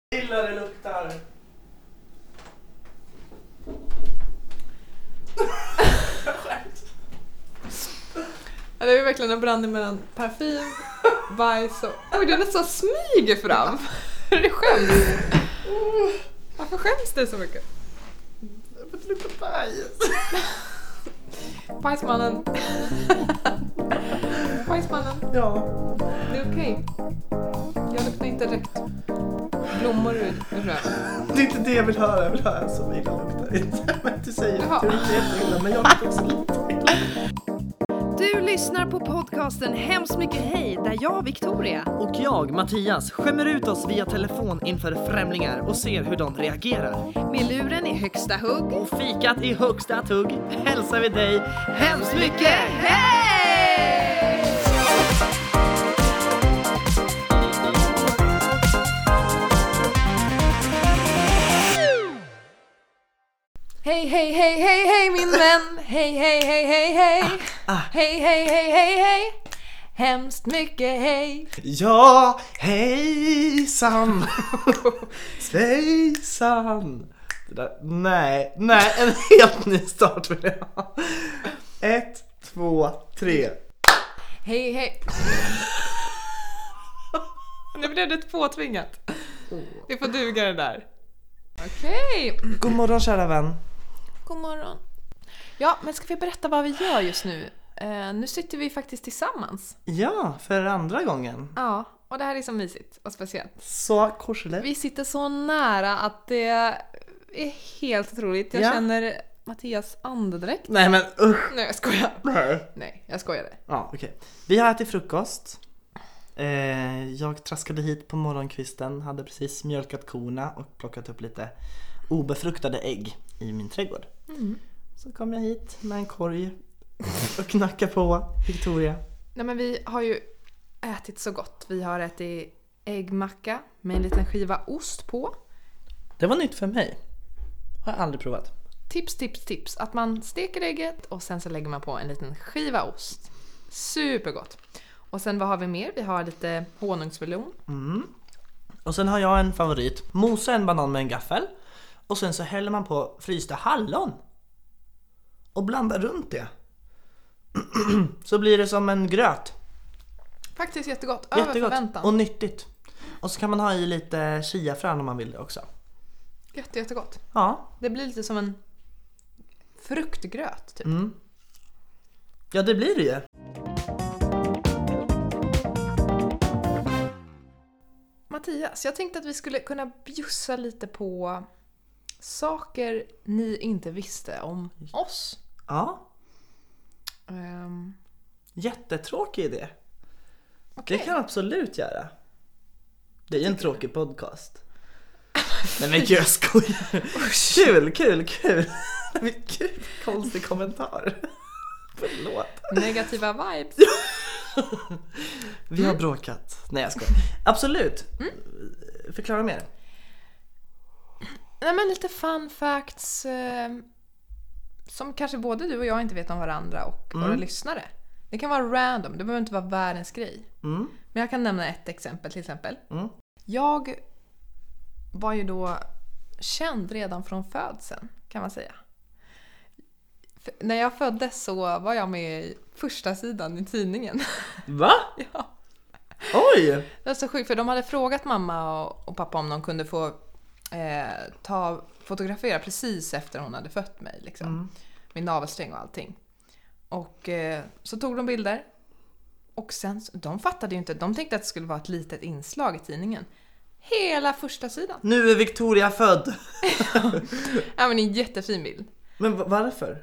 Illa det luktar. Ja, det är verkligen en blandning mellan parfym, bajs och... Oj, den är så smyger fram. Det skäms. Varför skäms det så mycket? För det luktar bajs. Bajsmannen. Bajsmannen. Ja. Det är okej. Jag luktar inte direkt blommor ur röven. Det är inte det jag vill höra. Jag vill höra så illa luktar inte. Men du säger Jaha. att du inte är illa, men jag luktar också lite illa. Du lyssnar på podcasten Hemskt mycket hej, där jag, Victoria, Och jag, Mattias, skämmer ut oss via telefon inför främlingar och ser hur de reagerar. med luren i högsta hugg. Och fikat i högsta tugg hälsar vi dig hemskt mycket hej! Hej, hej, hej, hej, hej min vän. Hej, hej, hej, hej, hej. Hej, hej, hej, hej, hej. Hemskt mycket hej. Ja, hejsan. Svejsan. Det där, nej, en helt ny start vill jag ha. 1, 2, 3. Hej, hej. Nu blev det påtvingat. Det får duga det där. Okej. God morgon kära vän. God morgon. Ja, men ska vi berätta vad vi gör just nu? Nu sitter vi faktiskt tillsammans. Ja, för andra gången. Ja, och det här är så mysigt och speciellt. Så korsligt. Vi sitter så nära att det är helt otroligt. Jag känner Mattias andedräkt. Nej men usch. Nej, jag skojar. Nej. Nej, jag skojade. Ja, okej. Vi har ätit frukost. Jag traskade hit på morgonkvisten. Hade precis mjölkat korna och plockat upp lite obefruktade ägg i min trädgård. Så kom jag hit med en korg och knackade på Victoria. Nej, men vi har ju ätit så gott. Vi har ätit äggmacka med en liten skiva ost på. Det var nytt för mig. Har jag aldrig provat. Tips. Att man steker ägget och sen så lägger man på en liten skiva ost. Supergott. Och sen vad har vi mer? Vi har lite honungsmelon. Och sen har jag en favorit. Mosa en banan med en gaffel. Och sen så häller man på frysta hallon. Och blandar runt det. Så blir det som en gröt. Faktiskt jättegott. Över Jättegott förväntan. och nyttigt. Och så kan man ha i lite chiafrön om man vill det också. Jättegott. Ja. Det blir lite som en fruktgröt typ. Ja, det blir det ju. Mattias, jag tänkte att vi skulle kunna bjussa lite på saker ni inte visste om oss. Ja. Um, Jättetråkig idé. okay. Det kan jag absolut göra. Det är ju en tråkig podcast. Nej men jag skojar. Kul. Vilken konstig kommentar. Förlåt. Negativa vibes. Vi har bråkat. Nej jag skojar. Absolut. Förklara mer. Nej, men lite fun facts som kanske både du och jag inte vet om varandra och våra lyssnare. Det kan vara random, det behöver inte vara världens grej. Men jag kan nämna ett exempel till exempel. Jag var ju då känd redan från födseln, kan man säga. När jag föddes så var jag med i första sidan i tidningen. Va? Ja. Oj! Det var så sjukt, för de hade frågat mamma och pappa om de kunde få fotografera precis efter hon hade fött mig. Liksom. Min navelsträng och allting. Och så tog de bilder. Och sen, de fattade ju inte, de tänkte att det skulle vara ett litet inslag i tidningen. Hela första sidan. Nu är Victoria född. Ja, men en jättefin bild. Men varför?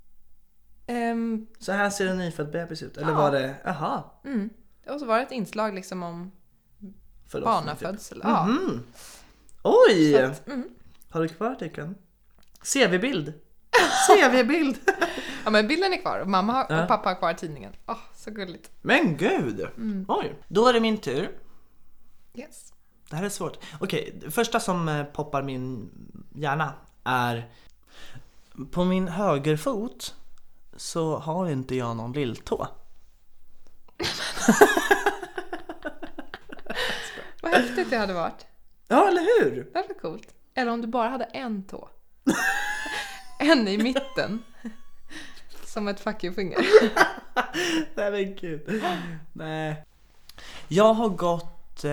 Så här ser en nyfödd bebis ut. Eller var det, aha. Och så var det ett inslag liksom om barnafödsel. Typ. Ja. Oj! Så att, har du kvar artikeln? CV-bild. CV-bild. Ja, men bilden är kvar. Och mamma och pappa har kvar tidningen. Så gulligt. Men gud. Oj. Då är det min tur. Yes. Det här är svårt. Okej, det första som poppar min hjärna är på min högerfot så har inte jag någon lilltå. Vad häftigt det hade varit. Ja, eller hur? Det var coolt. Eller om du bara hade en tå. En i mitten. Som ett fuck you-finger. Nej men gud. Nej. Jag har gått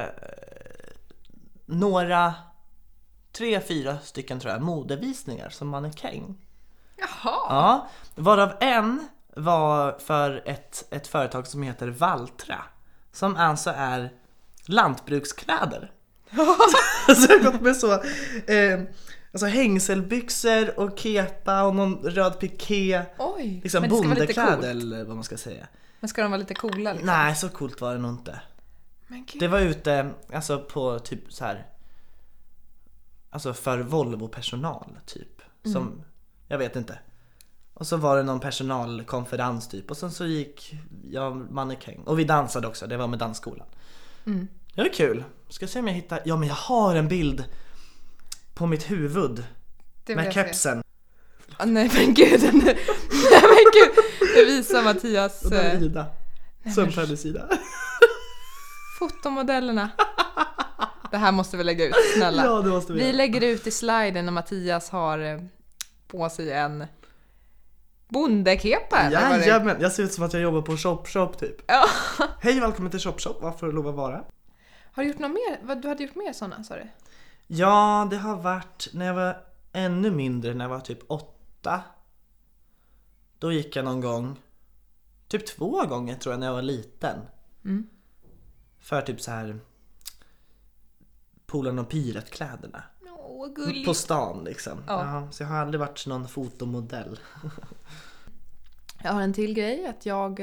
några 3-4 stycken tror jag modevisningar som mannekäng. Jaha. Ja, varav en var för ett företag som heter Valtra, som alltså är lantbrukskläder. Så jag har gått med så alltså hängselbyxor och kepa och någon röd piké. Oj, liksom men det ska vara lite bondekläder coolt. eller vad man ska säga. Men ska de vara lite coola liksom? Nej, så coolt var det nog inte. Men gud. Det var ute alltså på typ så här, alltså för Volvo-personal typ, som jag vet inte. Och så var det någon personalkonferens typ, och sen så gick jag mannekäng och vi dansade också, det var med dansskolan. Det var kul. Ska se om jag hittar, ja men jag har en bild på mitt huvud Det vill med jag se. kepsen. Nej men gud. Nej men gud. Det visar Mattias Och där är Ida. Sömnfärdig Ida. fotomodellerna. Det här måste vi lägga ut, snälla. Ja, det måste vi Vi göra. lägger ut i sliden när Mattias har på sig en bondekepa. eller vad det är. Jajamän, jag ser ut som att jag jobbar på Shop typ. Ja. Hej, välkommen till Shop. Vad får du lov att vara? Har du gjort något mer? Vad du hade gjort mer sådana, sa du? Ja, det har varit när jag var ännu mindre, när jag var typ 8. Då gick jag någon gång, typ 2 gånger tror jag, när jag var liten. För typ så här Polarn och Piret-kläderna. Åh, gulligt. På stan liksom. Ja. Ja, så jag har aldrig varit någon fotomodell. Jag har en till grej, att jag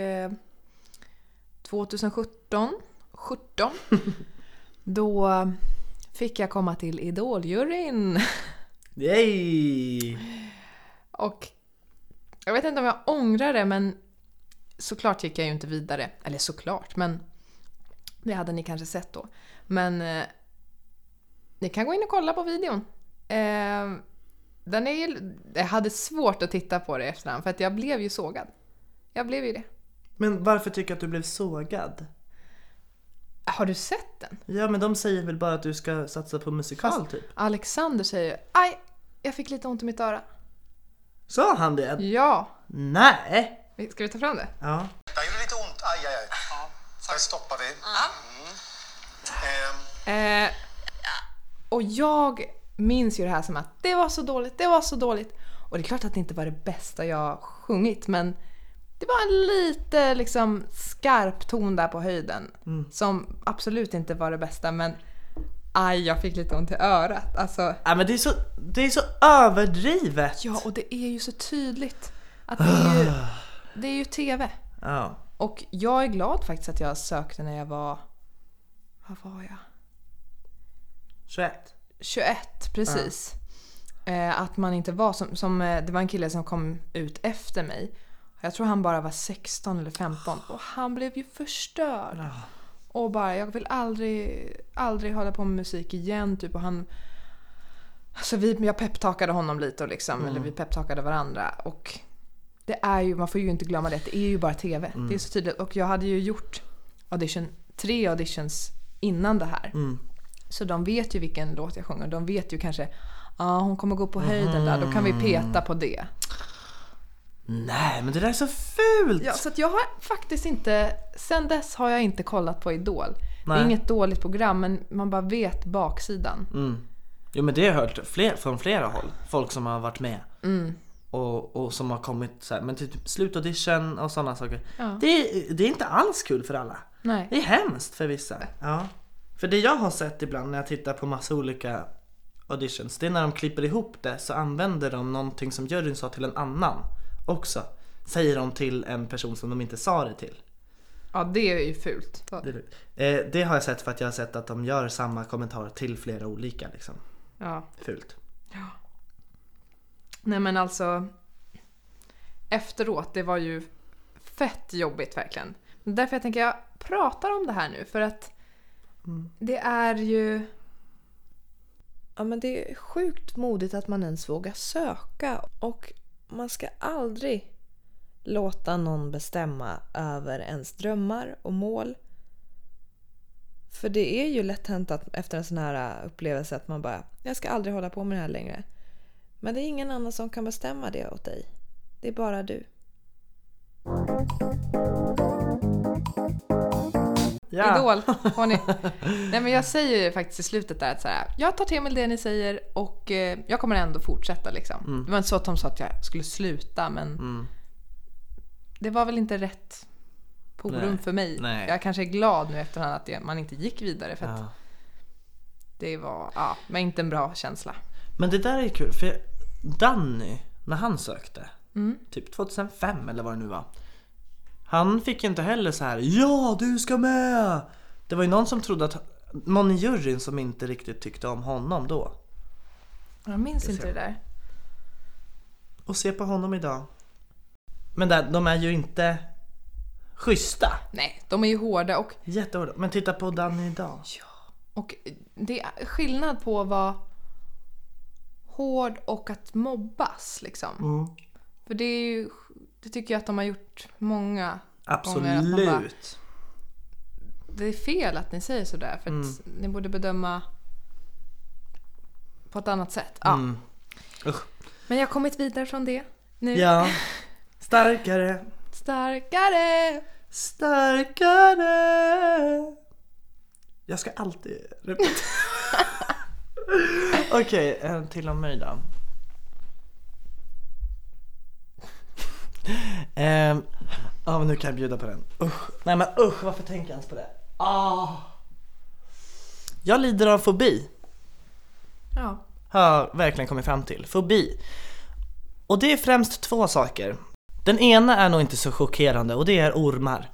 2017 då fick jag komma till Idoljuryn. Yay! Och jag vet inte om jag ångrar det, men såklart gick jag ju inte vidare. Eller såklart, men det hade ni kanske sett då. Men ni kan gå in och kolla på videon. Jag hade svårt att titta på det efterhand, för att jag blev ju sågad. Jag blev ju det. Men varför tycker jag att du blev sågad? Har du sett den? Ja, men de säger väl bara att du ska satsa på musikal typ. Alexander säger, aj, jag fick lite ont i mitt öra. Sa han det? Ja. Nej. Ska vi ta fram det? Ja. Jag gjorde lite ont. Aj. Ja. Där stoppar vi. Och jag minns ju det här som att det var så dåligt. Och det är klart att det inte var det bästa jag sjungit, men det var en lite liksom skarp ton där på höjden som absolut inte var det bästa, men aj, jag fick lite ont i örat. Alltså, Ja, men det är så överdrivet. ja, och det är ju så tydligt att det är ju tv. Ja. Och jag är glad faktiskt att jag sökte när jag var, vad var jag? 21, precis. Att man inte var som det var en kille som kom ut efter mig. Jag tror han bara var 16 eller 15 och han blev ju förstörd. Och bara, jag vill aldrig hålla på med musik igen typ, och han, alltså jag peptalkade honom lite och liksom, eller vi peptalkade varandra, och det är ju, man får ju inte glömma det är ju bara tv. Det är så tydligt, och jag hade ju gjort 3 auditions innan det här. Så de vet ju vilken låt jag sjunger. De vet ju kanske, hon kommer gå på höjden där, då kan vi peta på det. Nej, men det där är så fult. Ja, så att jag har faktiskt inte, sen dess har jag inte kollat på Idol. Nej. Det är inget dåligt program, men man bara vet baksidan. Jo, men det har jag hört från flera håll. Folk som har varit med. Och som har kommit så här, men typ slutaudition och sådana saker. Ja. Det är inte alls kul för alla. Nej. Det är hemskt för vissa. Ja. För det jag har sett ibland när jag tittar på massa olika auditions, det är när de klipper ihop det, så använder de någonting som juryn sa till en annan också. Säger de till en person som de inte sa det till. Ja, det är ju fult. Det har jag sett, för att jag har sett att de gör samma kommentar till flera olika liksom. Ja. Fult. Nej, men alltså efteråt, det var ju fett jobbigt verkligen. Därför jag tänker jag pratar om det här nu, för att det är ju, ja, men det är sjukt modigt att man ens vågar söka, och man ska aldrig låta någon bestämma över ens drömmar och mål. För det är ju lätt hänt att efter en sån här upplevelse att man bara, jag ska aldrig hålla på med det här längre. Men det är ingen annan som kan bestämma det åt dig. Det är bara du. Ja. Idol, har ni? Nej, men jag säger ju faktiskt i slutet där att så här, jag tar till mig det ni säger och jag kommer ändå fortsätta liksom. Det var inte så att de sa att jag skulle sluta, men det var väl inte rätt forum för mig. Nej. Jag kanske är glad nu efterhand att man inte gick vidare för att det var men inte en bra känsla. Men det där är kul, för Danny, när han sökte typ 2005 eller vad det nu var, han fick ju inte heller så här, ja du ska med. Det var ju någon som trodde att någon i juryn som inte riktigt tyckte om honom då. Jag minns inte det där. Och se på honom idag. Men de är ju inte schyssta. Nej, de är ju hårda och Jättehårda. Men titta på Danny idag. och det är skillnad på att vara hård och att mobbas liksom. För det är ju, det tycker jag att de har gjort många gånger. Att man bara, det är fel att ni säger sådär, för att ni borde bedöma på ett annat sätt. Ja. Men jag har kommit vidare från det nu. Ja. Starkare. Starkare. Starkare. Jag ska alltid repetera. Okej, en till om mig då. Men nu kan jag bjuda på den. Nej men varför tänker jag ens på det? Jag lider av fobi. Ja. Har verkligen kommit fram till. Fobi. Och det är främst två saker. Den ena är nog inte så chockerande, och det är ormar.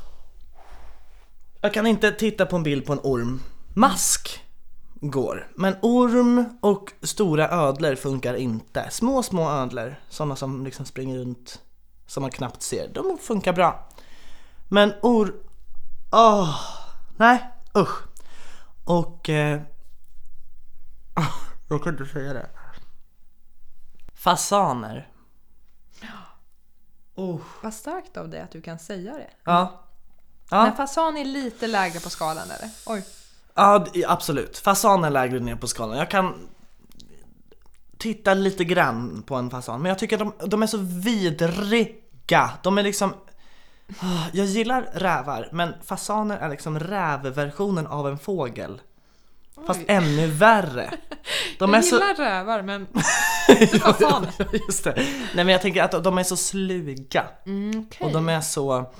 Jag kan inte titta på en bild på en orm. Mask går. Men orm och stora ödlor funkar inte. Små ödlor, sådana som liksom springer runt som man knappt ser, de funkar bra. Men nej, usch. Och jag kan inte säga det. Fasaner. Vad starkt av dig att du kan säga det. Ja. Men fasan är lite lägre på skalan, eller? Oj. Ja, absolut. Fasan är lägre ner på skalan. Jag kan titta lite grann på en fasan, men jag tycker de är så vidriga. De är liksom... Jag gillar rävar, men fasaner är liksom rävversionen av en fågel. Oj. Fast ännu värre. Jag gillar rävar, men inte fasaner. Just det. Nej, men jag tänker att de är så sluga. Okay. Och de är så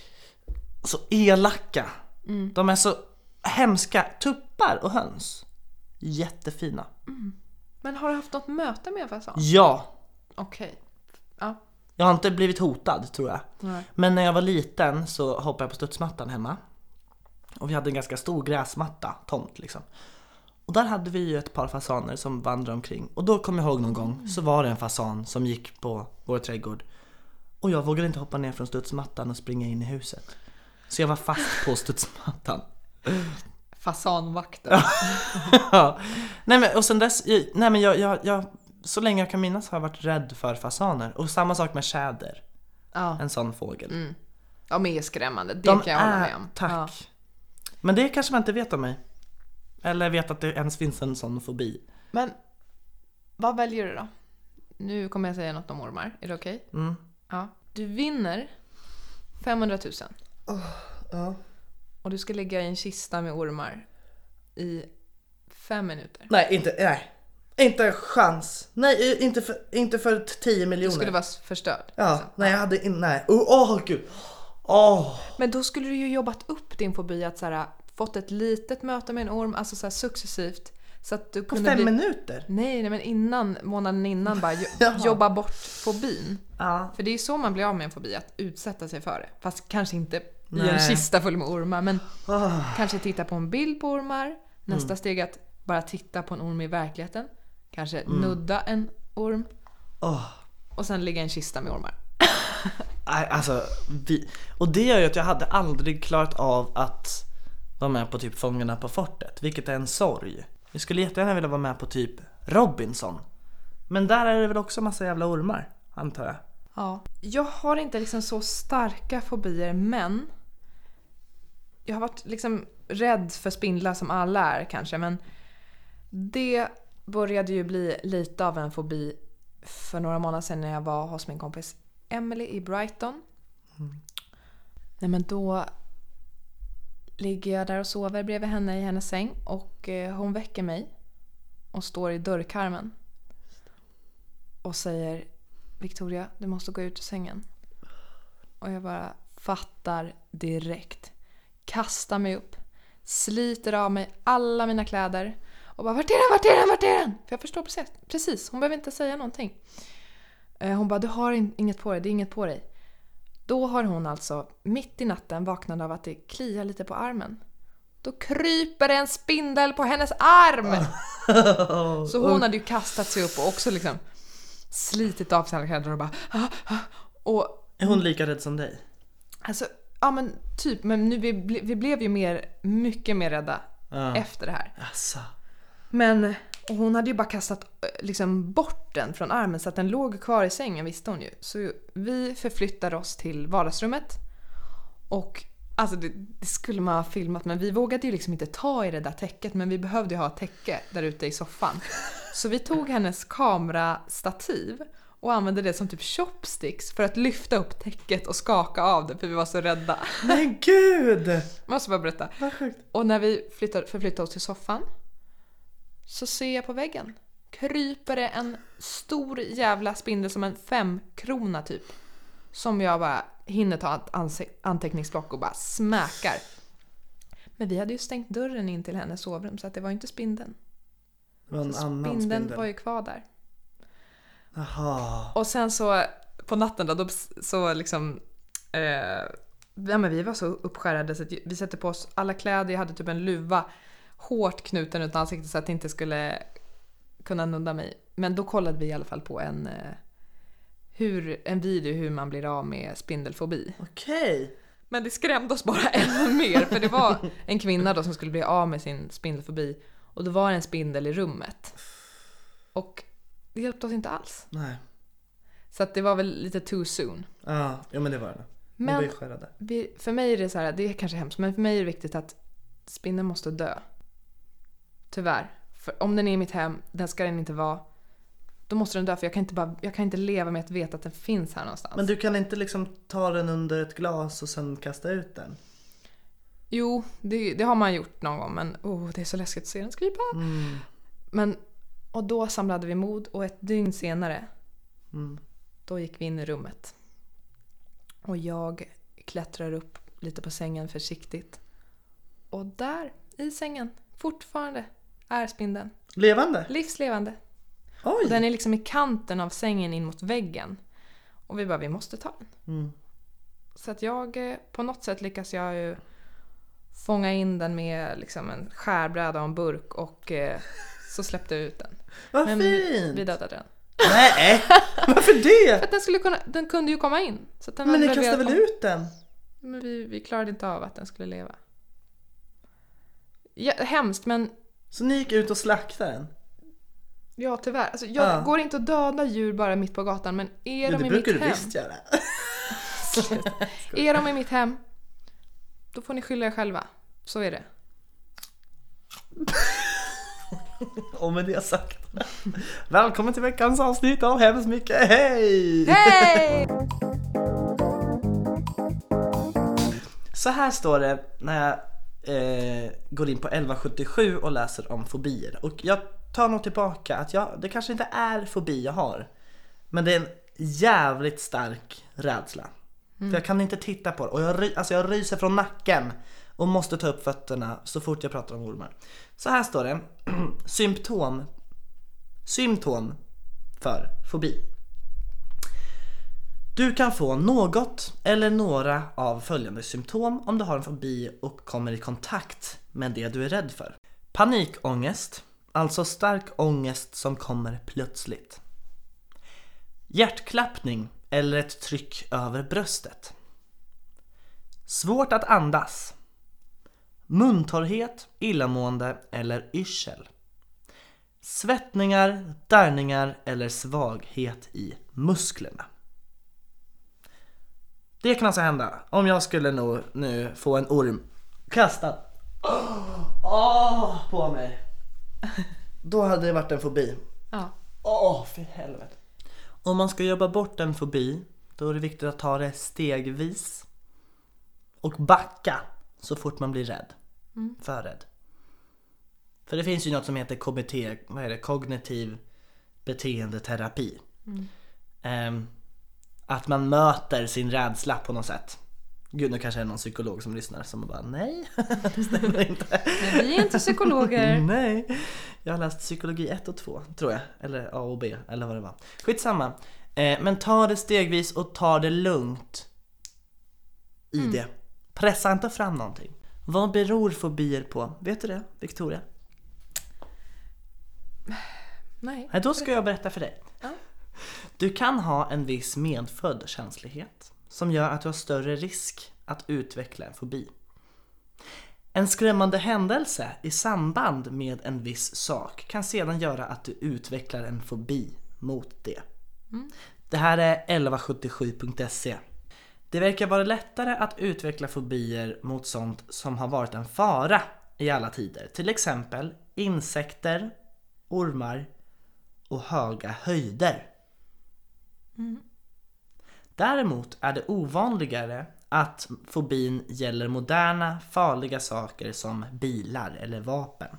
elaka. De är så hemska. Tuppar och höns. Jättefina. Men har du haft något möte med en fasan? Ja. Okej. Ja. Jag har inte blivit hotad, tror jag. Nej. Men när jag var liten så hoppade jag på studsmattan hemma. Och vi hade en ganska stor gräsmatta, tomt liksom. Och där hade vi ju ett par fasaner som vandrade omkring. Och då kom jag ihåg någon gång, så var det en fasan som gick på vår trädgård. Och jag vågade inte hoppa ner från studsmattan och springa in i huset. Så jag var fast på studsmattan. Fasanvakten. Ja. Nej men, och sen dess, jag så länge jag kan minnas har jag varit rädd för fasaner. Och samma sak med tjäder. Ja. En sån fågel. De är skrämmande, det kan jag hålla med om. Tack. Ja. Men det kanske man inte vet om mig. Eller vet att det ens finns en sån fobi. Men vad väljer du då? Nu kommer jag säga något om ormar. Är det okej? Ja. Du vinner 500 000. Ja. Och du ska ligga i en kista med ormar i 5 minuter. Nej, inte en chans. Nej, inte för 10 miljoner. Du skulle vara förstörd. Ja, liksom. nej, jag hade nej. Gud. Men då skulle du ju jobbat upp din fobi att så här, fått ett litet möte med en orm, alltså så här successivt, så att du På kunde 5 minuter? Nej, men månaden innan bara jobba bort fobin. Ja. För det är ju så man blir av med en fobi, att utsätta sig för det. Fast kanske inte i en kista full med ormar, men kanske titta på en bild på ormar. Nästa steg att bara titta på en orm i verkligheten. Kanske nudda en orm. Och sen ligga i en kista med ormar. Nej, alltså och det gör ju att jag hade aldrig klarat av att vara med på typ Fångarna på fortet, vilket är en sorg. Jag skulle jättegärna vilja vara med på typ Robinson. Men där är det väl också massa jävla ormar, antar jag. Ja. Jag har inte liksom så starka fobier, men jag har varit liksom rädd för spindlar som alla är kanske, men det började ju bli lite av en fobi för några månader sedan när jag var hos min kompis Emily i Brighton. Nej, men då ligger jag där och sover bredvid henne i hennes säng och hon väcker mig och står i dörrkarmen och säger: Victoria, du måste gå ut ur sängen. Och jag bara fattar direkt. Kastar mig upp, sliter av mig alla mina kläder och bara: vart är den? För jag förstår precis. Hon behöver inte säga någonting. Hon bara: du har inget på dig, det är inget på dig. Då har hon alltså mitt i natten vaknat av att det kliar lite på armen. Då kryper en spindel på hennes arm. Så hon hade ju kastat sig upp och också liksom slitit av sina kläder och bara och är hon lika rädd som dig? Alltså, ja men typ, men nu vi blev ju mycket mer rädda efter det här. Asså. Men och hon hade ju bara kastat liksom bort den från armen så att den låg kvar i sängen, visste hon ju. Så vi förflyttade oss till vardagsrummet. Och alltså det skulle man ha filmat, men vi vågade ju liksom inte ta i det där täcket, men vi behövde ju ha ett täcke där ute i soffan. Så vi tog hennes kamerastativ och använde det som typ chopsticks för att lyfta upp täcket och skaka av det, för vi var så rädda. Men gud! Jag måste bara berätta. Vad sjukt. Och när vi förflyttade oss till soffan så ser jag på väggen kryper det en stor jävla spindel som en 5-krona typ. Som jag bara hinner ta ett anteckningsblock och bara smäkar. Men vi hade ju stängt dörren in till hennes sovrum, så att det var inte spindeln. Det var en annan Spindeln spindel. var ju kvar där. Aha. Och sen så på natten då så liksom ja, men vi var så uppskärrade så att vi sätter på oss alla kläder. Jag hade typ en luva hårt knuten ut ansiktet så att det inte skulle kunna nudda mig. Men då kollade vi i alla fall på en video hur man blir av med spindelfobi. Okej. Men det skrämde oss bara ännu mer, för det var en kvinna då som skulle bli av med sin spindelfobi och då var det en spindel i rummet. Och det hjälpte oss inte alls. Nej. Så att det var väl lite too soon. Ja, men det var det. Men skärrade. för mig är det så här, det är kanske hemskt, men för mig är det viktigt att spindeln måste dö. Tyvärr. För om den är i mitt hem, den ska den inte vara. Då måste den dö, för jag kan inte leva med att veta att den finns här någonstans. Men du kan inte liksom ta den under ett glas och sen kasta ut den? Jo, det har man gjort någon gång, men det är så läskigt att se den skripa. Men, och då samlade vi mod och ett dygn senare då gick vi in i rummet. Och jag klättrar upp lite på sängen försiktigt. Och där i sängen fortfarande är spindeln. Levande? Livslevande. Oj. Och den är liksom i kanten av sängen in mot väggen. Och vi måste ta den. Så att jag på något sätt lyckas jag ju fånga in den med liksom en skärbräda och en burk och så släppte jag ut den. Vad men fint! vi dödade den. Nej, varför det? För att den kunde ju komma in. Så att den Men hade ni kastade väl ut den? Men vi klarade inte av att den skulle leva. Ja, hemskt, men Så ni gick ut och slaktade den? ja, tyvärr. Alltså, jag går inte att döda djur bara mitt på gatan, men är de i mitt hem... Det brukar du visst göra. Är de i mitt hem, då får ni skylla er själva. Så är det. Och med det sagt. Välkommen till veckans avsnitt av Hemskt mycket hej! Hej! Så här står det när jag går in på 1177 och läser om fobier. Och jag tar nog tillbaka att det kanske inte är fobi jag har. Men det är en jävligt stark rädsla. För jag kan inte titta på det. Och jag ryser från nacken och måste ta upp fötterna så fort jag pratar om ormar. Så här står det. Symptom för fobi. Du kan få något eller några av följande symptom om du har en fobi och kommer i kontakt med det du är rädd för. Panikångest, alltså stark ångest som kommer plötsligt. Hjärtklappning eller ett tryck över bröstet. Svårt att andas. Muntorrhet, illamående eller yrsel. Svettningar, darrningar eller svaghet i musklerna. Det kan alltså hända om jag skulle nu få en orm Kasta på mig. Då hade det varit en fobi. Ja. För helvete. Om man ska jobba bort en fobi, då är det viktigt att ta det stegvis och backa så fort man blir rädd. För rädd. För det finns ju något som heter KBT, kognitiv beteendeterapi. Att man möter sin rädsla på något sätt. Gud, nu kanske är någon psykolog som lyssnar som bara, nej, det stämmer inte. Men vi är inte psykologer. Nej, jag har läst psykologi 1 och 2, tror jag. Eller A och B, eller vad det var. Skitsamma. Men ta det stegvis och ta det lugnt i det. Pressa inte fram någonting. Vad beror fobier på? Vet du det, Victoria? Nej. Då ska jag berätta för dig. Ja. Du kan ha en viss medfödd känslighet som gör att du har större risk att utveckla en fobi. En skrämmande händelse i samband med en viss sak kan sedan göra att du utvecklar en fobi mot det. Det här är 1177.se. Det verkar vara lättare att utveckla fobier mot sånt som har varit en fara i alla tider. Till exempel insekter, ormar och höga höjder. Däremot är det ovanligare att fobin gäller moderna, farliga saker som bilar eller vapen.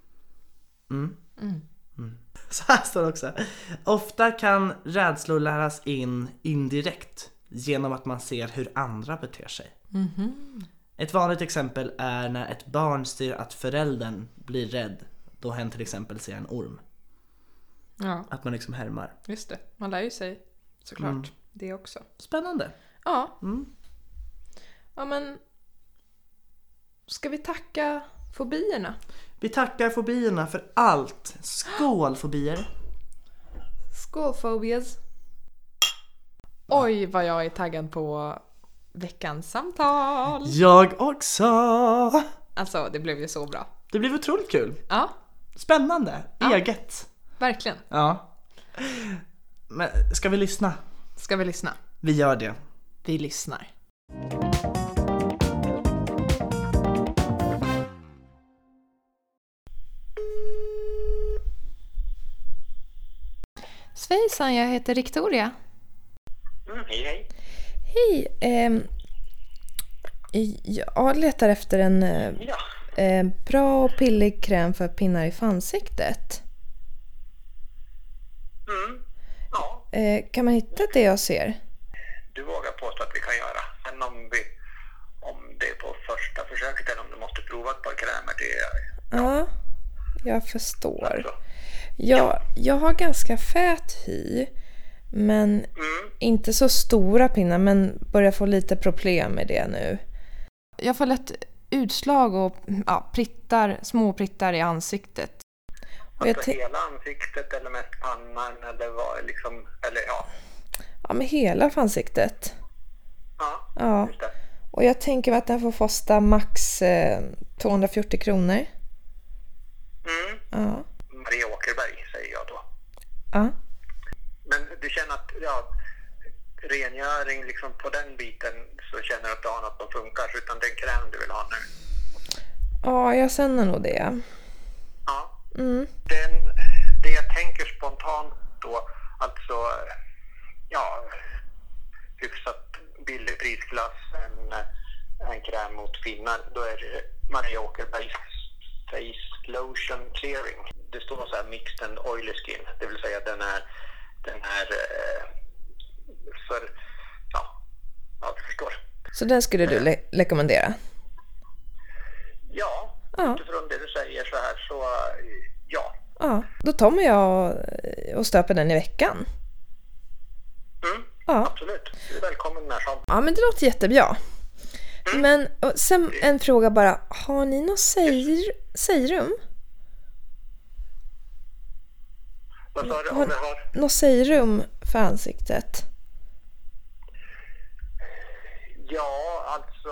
Så här står det också. Ofta kan rädslor läras in indirekt genom att man ser hur andra beter sig. Ett vanligt exempel är när ett barn ser att föräldern blir rädd då hen till exempel ser en orm. Ja, Att man liksom härmar. just det. Man lär ju sig såklart det också. Spännande. Ja. Ja, men ska vi tacka fobierna? Vi tackar fobierna för allt. Skål, fobier. Skål, phobias. Oj, vad jag är taggad på veckans samtal. Jag också. Alltså, det blev ju så bra. Det blev otroligt kul. Ja, Spännande. Ja. Eget. verkligen. Ja. Men ska vi lyssna? Ska vi lyssna? Vi gör det. Vi lyssnar. Svejsan, jag heter Victoria. Hej. Hej, jag letar efter en bra och pillig kräm för pinnar i ansiktet. Ja, Kan man hitta det jag ser? du vågar påstå att vi kan göra. Sen om det är på första försöket eller om du måste prova ett par krämer, det är Ja, jag förstår. så. Jag har ganska fät hy, men inte så stora pinnar, men börjar få lite problem med det nu. Jag får lätt utslag och små prittar i ansiktet. Och jag Alltså hela ansiktet eller mest pannan eller vad liksom, eller ja. Ja, med hela ansiktet. Ja. Just det. Och jag tänker att den får kosta max 240 kronor. Ja. Maria Åkerberg säger jag då. Ja. Men du känner att rengöring liksom på den biten, så känner du att du har något som funkar, så utan den kräm du vill ha nu? Ja, jag känner nog det. Ja. Mm. Det jag tänker spontant då, alltså hyfsat billig prisklass, en kräm mot finnar, då är det Maria Åkerbergs Face Lotion Clearing. Det står så här mixed and oily skin, det vill säga den är för, du förstår. Så den skulle du rekommendera? Ja, Ja. utifrån det du säger så här, så ja. Ja, då kommer jag och stöper den i veckan. Ja. Absolut. Du är välkommen när som. Ja, men det låter jättebra. Men och sen en fråga bara. Har ni något serum? Vad sa du om vi har? Något serum för ansiktet? Ja, alltså,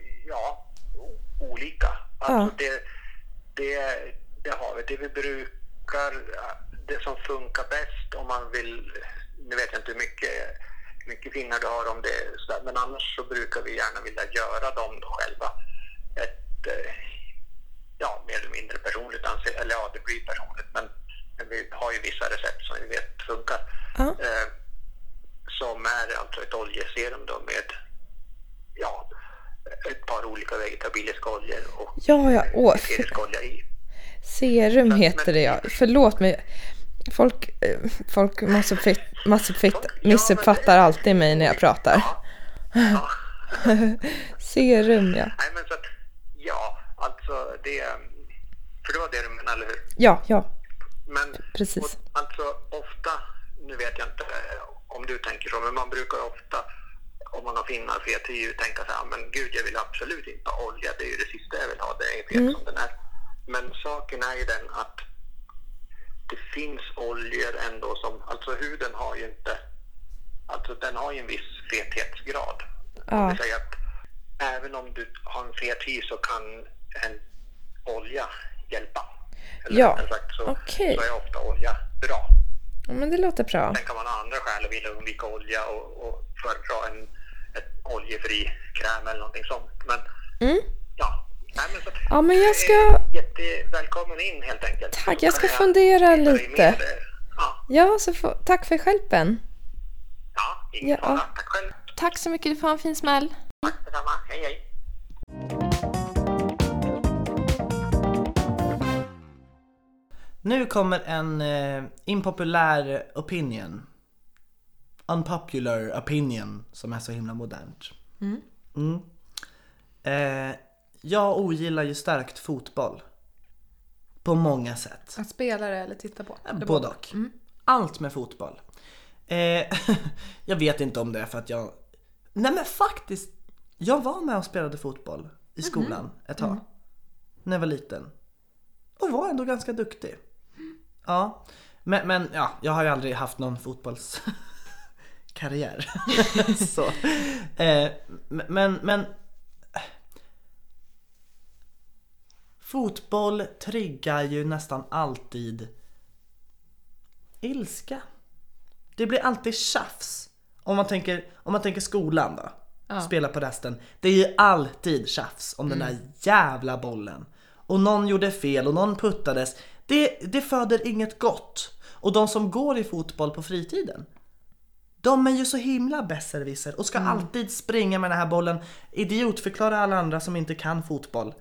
olika. Alltså det har vi. Det vi brukar, det som funkar bäst om man vill, nu vet jag inte hur mycket finnar du har om det, men annars så brukar vi gärna vilja göra dem då själva. mer eller mindre personligt eller ja, det blir personligt, men vi har ju vissa recept som vi vet funkar. Som är alltså ett oljeserum då med ett par olika vegetabiliska oljor och eterisk olja i. Serum heter det, ja. Förlåt mig. Folk missuppfattar alltid mig när jag pratar. Ja. Serum, ja. Nej, men så att, alltså det, för det var det du menade, eller hur? Ja. Men precis. Alltså ofta, nu vet jag inte om du tänker så, men man brukar ofta, om man har finnar fet hy, tänka så här, men gud, jag vill absolut inte ha olja, det är ju det sista jag vill ha, det är fet som den är. Men saken är ju den att det finns oljor ändå som, alltså huden har ju inte, alltså den har ju en viss fethetsgrad. Det vill säga att även om du har en fet hy så kan en olja hjälpa. Eller sagt, så är ofta olja bra. Ja, men det låter bra. Sen kan man ha andra skäl och vilja undvika olja och föredra en oljefri kräm eller någonting sånt. Men men jag ska... Jättevälkommen in helt enkelt. Tack, jag ska fundera lite. Tack för hjälpen. Ja, ingen fara. Tack själv. Tack så mycket, du får ha en fin smäll. Tack detsamma, hej. Nu kommer en impopulär opinion. Unpopular opinion, som är så himla modernt. Jag ogillar ju starkt fotboll. På många sätt. Att spela det eller titta på? Både och. Allt med fotboll. Jag vet inte om det är för att jag... Nej, men faktiskt, jag var med och spelade fotboll i skolan ett tag. När jag var liten. Och var ändå ganska duktig. Ja. Men jag har ju aldrig haft någon fotbollskarriär. Så. Men fotboll triggar ju nästan alltid ilska. Det blir alltid tjafs. Om man tänker skolan då. Spela på resten. Det är ju alltid tjafs om den där jävla bollen. Och någon gjorde fel och någon puttades. Det föder inget gott. Och de som går i fotboll på fritiden, de är ju så himla besserwisser och ska alltid springa med den här bollen. Idiotförklara alla andra som inte kan fotboll.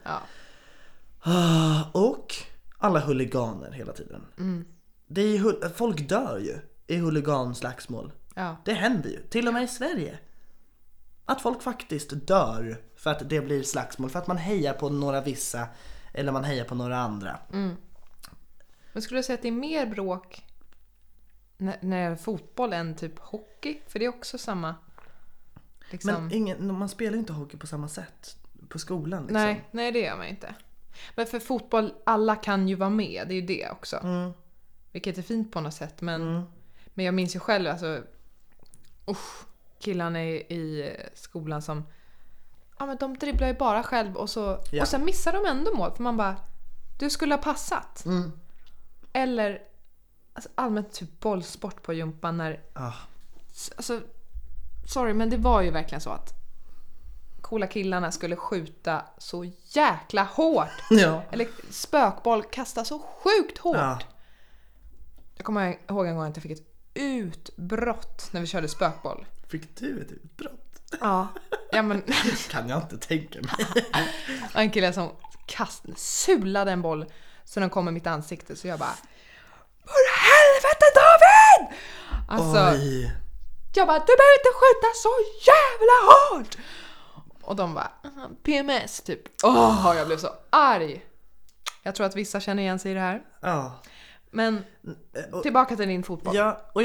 Och alla huliganer hela tiden. Det är ju, folk dör ju i huliganslagsmål. Det händer ju, till och med i Sverige. Att folk faktiskt dör för att det blir slagsmål. För att man hejar på några vissa eller man hejar på några andra. Men skulle du säga att det är mer bråk när fotboll än typ hockey? För det är också samma liksom... Men man spelar ju inte hockey på samma sätt på skolan liksom. Nej, det gör man inte. Men för fotboll, alla kan ju vara med. Det är ju det också. Vilket är fint på något sätt. Men jag minns ju själv alltså, killarna i skolan som men de dribblar ju bara själv och sen missar de ändå mål. För man bara, du skulle ha passat. Eller alltså, allmänt typ bollsport på jumpan när alltså, sorry, men det var ju verkligen så att coola killarna skulle skjuta så jäkla hårt. Eller spökboll kasta så sjukt hårt. Jag kommer ihåg en gång att jag fick ett utbrott när vi körde spökboll. Fick du ett utbrott? Ja men kan jag inte tänka mig. En kille som sulade en boll så den kom i mitt ansikte, så jag bara, för helvete David! Alltså, jag bara, du behöver inte skjuta så jävla hårt! Och de bara, PMS typ. Jag blev så arg. Jag tror att vissa känner igen sig i det här. Men tillbaka till din fotboll.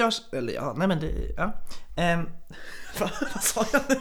Vad sa jag nu?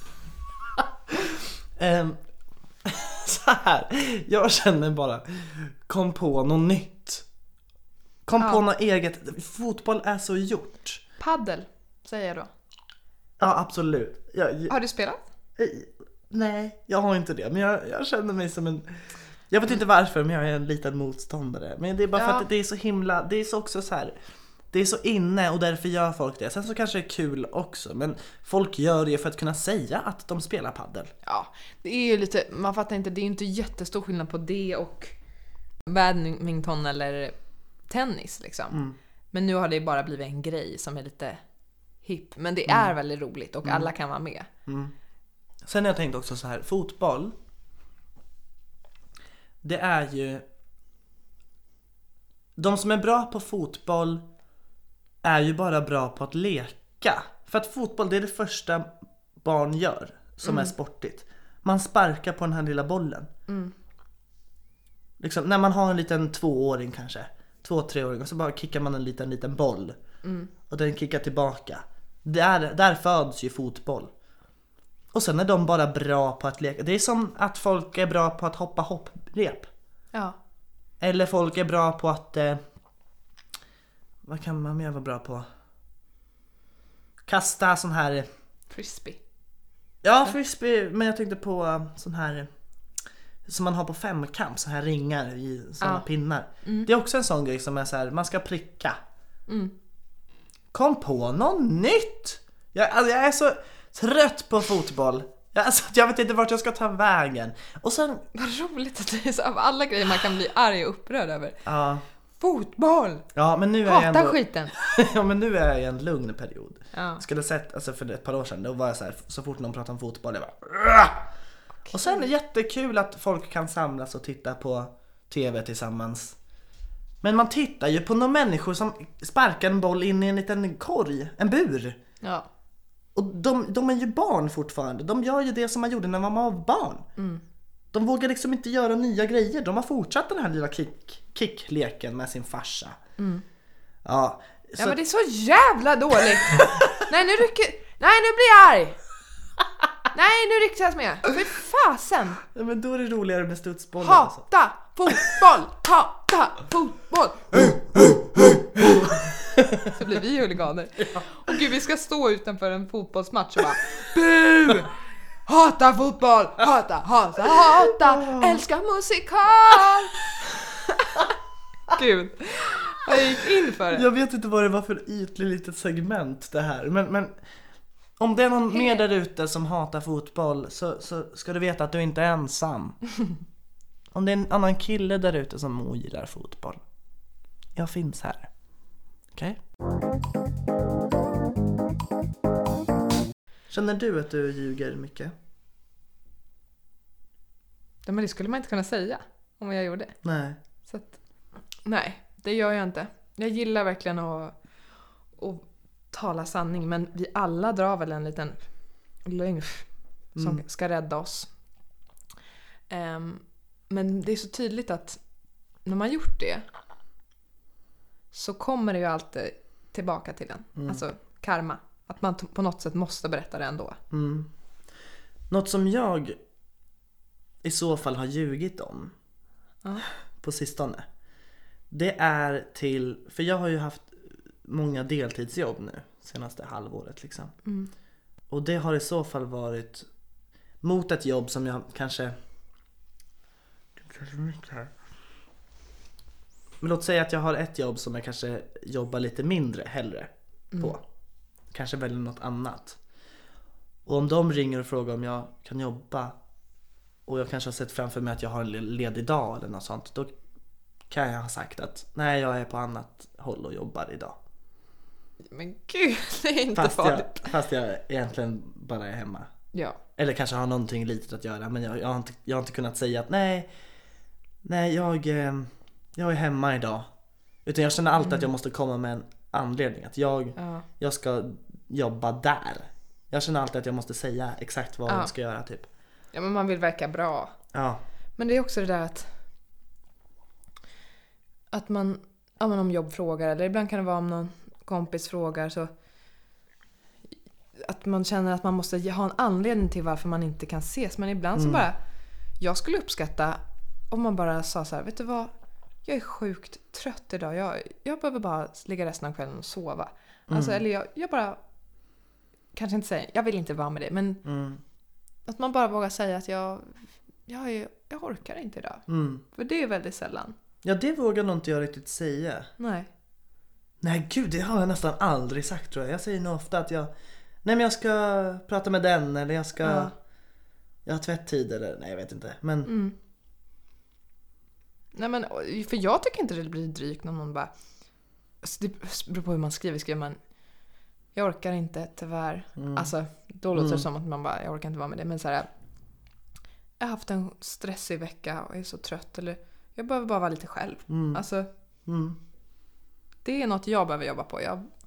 Så här, jag känner bara, kom på något nytt. Kom på något eget. Fotboll är så gjort. Paddel, säger jag då. Ja, absolut. Har du spelat? Nej, jag har inte det. Men jag känner mig som en... Jag vet inte varför, men jag är en liten motståndare. Men det är bara för att det är så himla... Det är så också så här... det är så inne och därför gör folk det. Sen så kanske det är kul också, men folk gör det för att kunna säga att de spelar paddel. Ja, det är ju lite, man fattar inte, det är ju inte jättestor skillnad på det och badminton eller tennis liksom. Men nu har det bara blivit en grej som är lite hipp, men det är väldigt roligt och alla kan vara med. Sen har jag tänkt också så här, fotboll, det är ju, de som är bra på fotboll är ju bara bra på att leka. För att fotboll, det är det första barn gör som är sportigt. Man sparkar på den här lilla bollen. Liksom, när man har en liten 2-åring kanske, 2-3-åring, och så bara kickar man en liten boll. Och den kickar tillbaka. Där föds ju fotboll. Och sen är de bara bra på att leka. Det är som att folk är bra på att hoppa hopprep. Ja. Eller folk är bra på att vad kan man mer vara bra på? Kasta sån här Frisbee. Ja, frisbee, men jag tänkte på sån här som man har på femkamp, så här ringar i såna pinnar. Det är också en sån grej som är så här, man ska pricka. Kom på något nytt. Jag är så trött på fotboll. Jag vet inte vart jag ska ta vägen. Och sen, vad roligt att det är så av alla grejer man kan bli arg och upprörd över. ja. Fotboll. Ja, men nu är Hata jag ändå, skiten. ja, men nu är jag i en lugn period. Ja. Jag skulle sett, alltså för ett par år sedan, då var jag så här, så fort någon pratade om fotboll, jag bara okay. Och sen är det jättekul att folk kan samlas och titta på tv tillsammans. Men man tittar ju på några människor som sparkar en boll in i en liten korg, en bur. Ja. Och de är ju barn fortfarande. De gör ju det som man gjorde när man var barn. De vågar liksom inte göra nya grejer. De har fortsatt den här lilla kickleken med sin farsa. Ja, så... Ja, men det är så jävla dåligt. Nej, nu blir jag arg. Nej, nu rycker jag med. För fasen. Ja, men då är det roligare med studsbollen. Hata fotboll. Hata fotboll. Så blir vi huliganer. Och gud, vi ska stå utanför en fotbollsmatch och bara bu! Hata fotboll. Hata. Älskar musikal. Gud. Jag gick in för det. Jag vet inte vad det var för ytlig litet segment det här. Men om det är någon mer där ute som hatar fotboll, så ska du veta att du inte är ensam. Om det är en annan kille där ute som ogillar fotboll, jag finns här. Okej? Känner du att du ljuger mycket? Ja, men det skulle man inte kunna säga om jag gjorde. Nej. Så att, nej, det gör jag inte. Jag gillar verkligen att tala sanning, men vi alla drar väl en liten lögn som ska rädda oss. Men det är så tydligt att när man gjort det så kommer det ju alltid tillbaka till en. Alltså karma. Att man på något sätt måste berätta det ändå. Något som jag i så fall har ljugit om på sistone, det är för jag har ju haft många deltidsjobb nu senaste halvåret liksom. Och det har i så fall varit mot ett jobb som jag kanske men låt säga att jag har ett jobb som jag kanske jobbar lite mindre hellre på. Kanske väljer något annat. Och om de ringer och frågar om jag kan jobba och jag kanske har sett framför mig att jag har en ledig dag eller något sånt, då kan jag ha sagt att nej, jag är på annat håll och jobbar idag. Men gud, det är inte farligt. Fast jag egentligen bara är hemma. Ja. Eller kanske har någonting litet att göra, men jag har inte kunnat säga att nej, jag är hemma idag. Utan jag känner alltid att jag måste komma med en anledning. Att jag ska jobba där. Jag känner alltid att jag måste säga exakt vad jag ska göra typ. Ja, men man vill verka bra. Ja. Men det är också det där att man om jobb frågar, eller ibland kan det vara om någon kompis frågar, så att man känner att man måste ha en anledning till varför man inte kan ses. Men ibland så bara, jag skulle uppskatta om man bara sa så här: vet du vad, jag är sjukt trött idag, jag behöver bara ligga resten av kvällen och sova. Alltså, eller jag bara kanske inte säger, jag vill inte vara med dig, men att man bara vågar säga att jag orkar inte idag. För det är väldigt sällan. Ja, det vågar nog inte jag riktigt säga. Nej. Nej gud, det har jag nästan aldrig sagt tror jag. Jag säger nog ofta att jag ska prata med den, eller jag har tvätttid eller nej jag vet inte. Men Nej men för jag tycker inte det blir drygt när någon bara, alltså, det beror på hur man skriver man jag orkar inte tyvärr. Alltså då låter det som att man bara jag orkar inte vara med det, men så här, jag har haft en stressig vecka och är så trött, eller jag behöver bara vara lite själv. Alltså det är något jag behöver jobba på.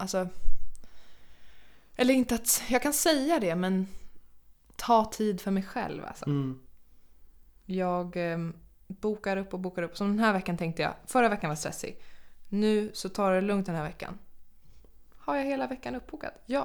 Eller inte att jag kan säga det, men ta tid för mig själv alltså. Jag bokar upp. Som den här veckan tänkte jag, förra veckan var stressig. Nu så tar det lugnt den här veckan. Har jag hela veckan uppbokad? Ja.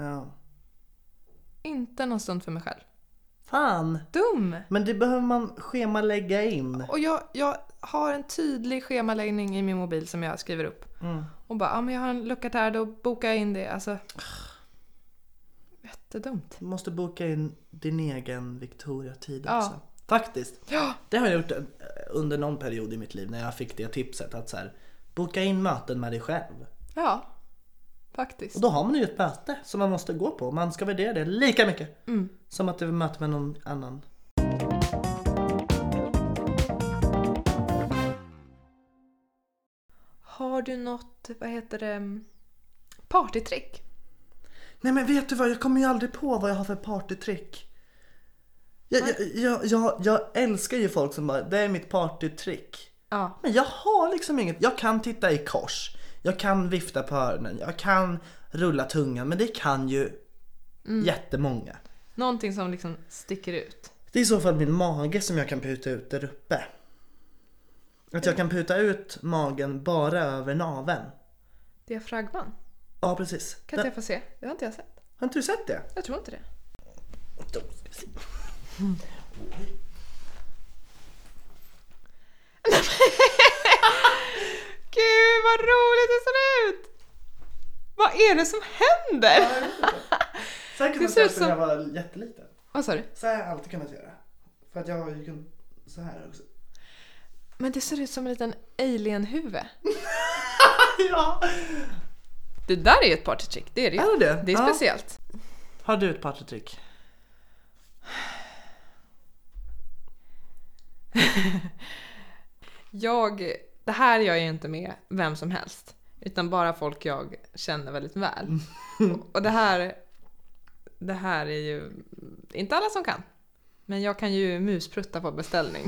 Inte någon stund för mig själv. Fan. Dum. Men det behöver man schemalägga in. Och jag har en tydlig schemaläggning i min mobil som jag skriver upp. Och bara, men jag har en lucka här, då bokar jag in det. Alltså, jättedumt. Du måste boka in din egen Victoria-tid också. Faktiskt. Ja. Det har jag gjort under någon period i mitt liv när jag fick det tipset att så här, boka in möten med dig själv. Ja, faktiskt. Och då har man ju ett möte som man måste gå på. Man ska värdera det lika mycket som att det är möte med någon annan. Har du något, partytrick? Nej men vet du vad, jag kommer ju aldrig på vad jag har för partytrick. Jag älskar ju folk som bara, det är mitt partytrick. Ja. Men jag har liksom inget, jag kan titta i kors. Jag kan vifta på öronen, jag kan rulla tungan, men det kan ju jättemånga. Någonting som liksom sticker ut. Det är i så fall min mage som jag kan puta ut där uppe. Att jag kan puta ut magen bara över naveln. Diafragman? Ja, precis. Kan inte jag få se? Det har inte jag sett. Har inte du sett det? Jag tror inte det. Gud, vad roligt det ser ut! Vad är det som händer? Säkert det att ser jag ut som... när jag var jätteliten. Vad sa du? Så har jag alltid kunnat göra. För att jag har ju kunnat så här också. Men det ser ut som en liten alien-huvud. Ja. Det där är ju ett partytrick, det är det ju. Är det? Det är speciellt. Har du ett partytrick? Det här gör jag inte med vem som helst, utan bara folk jag känner väldigt väl. Och det här är ju inte alla som kan. Men jag kan ju musprutta på beställning.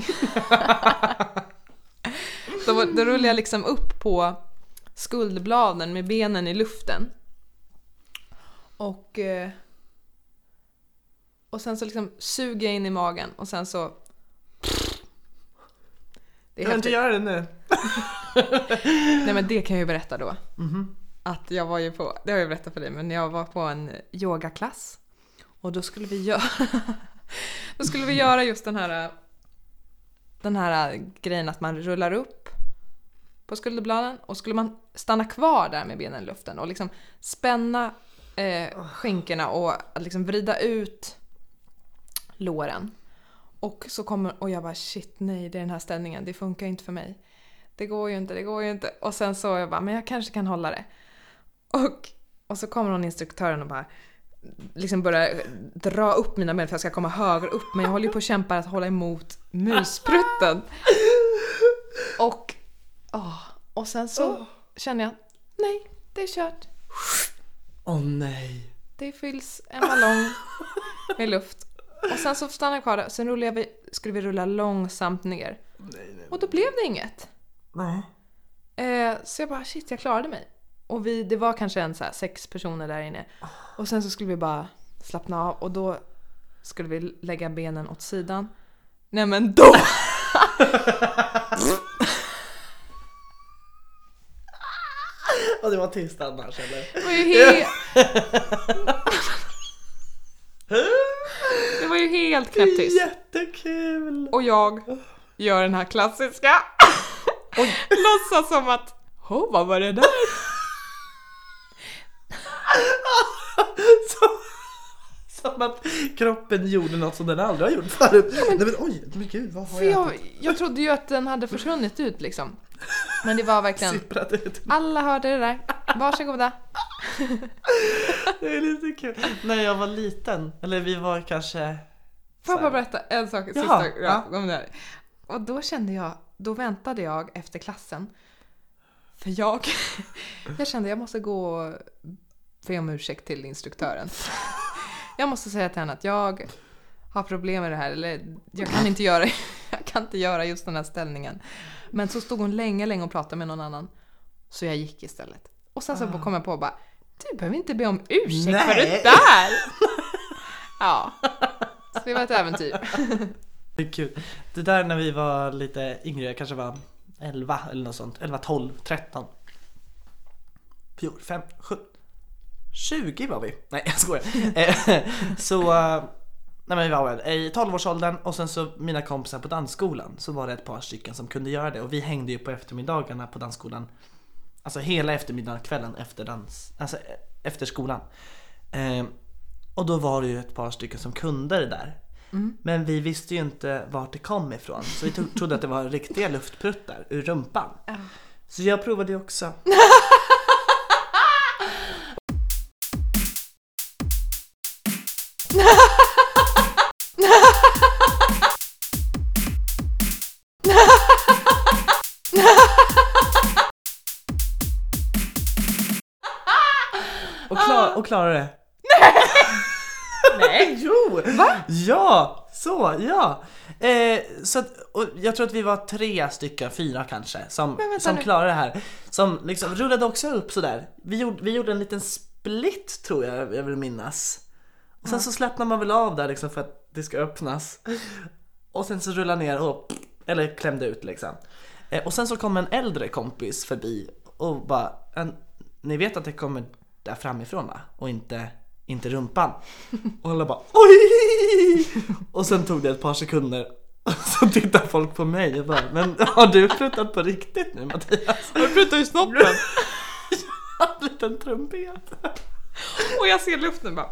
Då rullar jag liksom upp på skuldbladen med benen i luften. Och sen så liksom suger jag in i magen. Och sen så... Jag kan inte göra det nu. Nej, men det kan jag ju berätta då. Att jag var ju på... Det har jag berättat för dig. Men jag var på en yogaklass. Och då skulle vi göra just den här grejen att man rullar upp på skulderbladen, och skulle man stanna kvar där med benen i luften och liksom spänna skinkorna och liksom vrida ut låren, och så kommer, jag bara shit, nej, det är den här ställningen, det funkar inte för mig, det går ju inte, och sen så jag bara, men jag kanske kan hålla det, och så kommer någon instruktören och bara liksom börja dra upp mina ben för att jag ska komma högre upp, men jag håller ju på att kämpa att hålla emot musprutten. Och sen så känner jag, nej, det är kört. Nej. Det fylls en ballong med luft. Och sen så stannar jag kvar där, och sen skulle vi rulla långsamt ner. Nej. Och då blev det inget. Nej. Så jag bara, shit, jag klarade mig. Och det var kanske 6 personer där inne. Och sen så skulle vi bara slappna av. Och då skulle vi lägga benen åt sidan. Nej, men då! Och det var tyst annars, eller? Det var ju helt knäpptyst. Jättekul! Och jag gör den här klassiska. Låtsas som att, vad var det där? Som att kroppen gjorde något som den aldrig har gjort förut. Nej, men oj, men gud, vad har jag trodde ju att den hade försvunnit ut liksom. Men det var verkligen... Sipprat ut. Alla hörde det där. Varsågoda. Det är lite kul. När jag var liten, eller vi var kanske... Får jag bara berätta en sak? Om det här. Och då väntade jag efter klassen. För jag kände jag måste gå och be om ursäkt till instruktören. Jag måste säga till henne att jag har problem med det här. Eller jag kan inte göra just den här ställningen. Men så stod hon länge och pratade med någon annan. Så jag gick istället. Och sen så kom jag på och bara, du behöver inte be om ursäkt för det där. Ja, så det var ett äventyr. Det är kul. Det där när vi var lite yngre, jag kanske var 11 eller något sånt. 11, 12, 13. 14, 5, 7, 20 var vi. Nej, jag skojar. Så nej, men vi var väl i 12-årsåldern och sen så mina kompisar på dansskolan, så var det ett par stycken som kunde göra det. Och vi hängde ju på eftermiddagarna på dansskolan. Alltså hela eftermiddagen, kvällen efter dans, alltså efter skolan. Och då var det ju ett par stycken som kunde det där. Men vi visste ju inte vart det kom ifrån. Så vi trodde att det var riktiga luftpruttar ur rumpan. Så jag provade det också. Och klarade det. Nej. Jo. Va? Ja, så, ja. Så att, och jag tror att vi var 3 stycken, 4 kanske, som klarade det här. Som liksom rullade också upp så där. Vi gjorde en liten split, tror jag vill minnas. Och sen så släppte man väl av där liksom för att det ska öppnas. Och sen så rullade ner och eller klämde ut liksom. Och sen så kom en äldre kompis förbi och bara, ni vet att det kommer där framifrån, va? Och inte rumpan. Och alla bara, oj! Och sen tog det ett par sekunder. Och så tittade folk på mig och bara, men har du pruttat på riktigt nu, Mattias? Har du pruttat i snoppen? Jag har en liten trumpet. Och jag ser luften bara.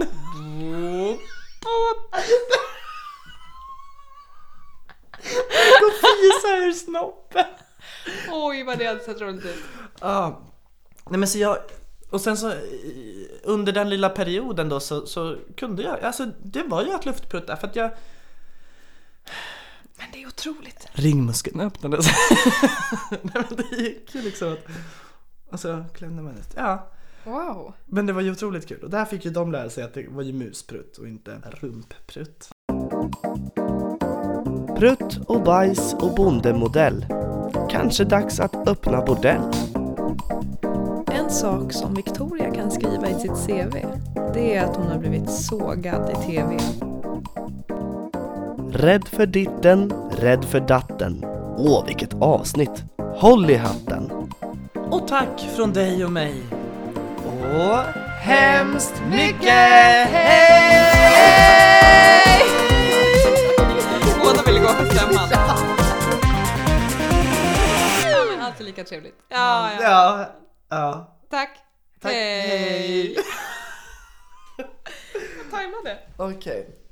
Gå fisa ur snoppen. Oj, vad det hade sett roligt ut. Ja. Nej, men så jag... Och sen så under den lilla perioden då så kunde jag, alltså det var ju att luftprutta för att jag... Men det är otroligt. Ringmuskeln öppnades. Nej, men det gick ju liksom att... Och så klämde man ut. Ja. Wow. Men det var ju otroligt kul. Och där fick ju de lära sig att det var ju musprutt och inte rumpprutt. Prutt och bajs och bondemodell. Kanske dags att öppna bordell. En sak som Victoria kan skriva i sitt CV, det är att hon har blivit sågad i TV. Rädd för ditten, rädd för datten. Åh, vilket avsnitt. Håll i hatten. Och tack från dig och mig. Och hemskt mycket hej! Båda ville gå på stämman. Ja, men alltid lika trevligt. Ja. Tack. Hej. Jag tajmade. Okej.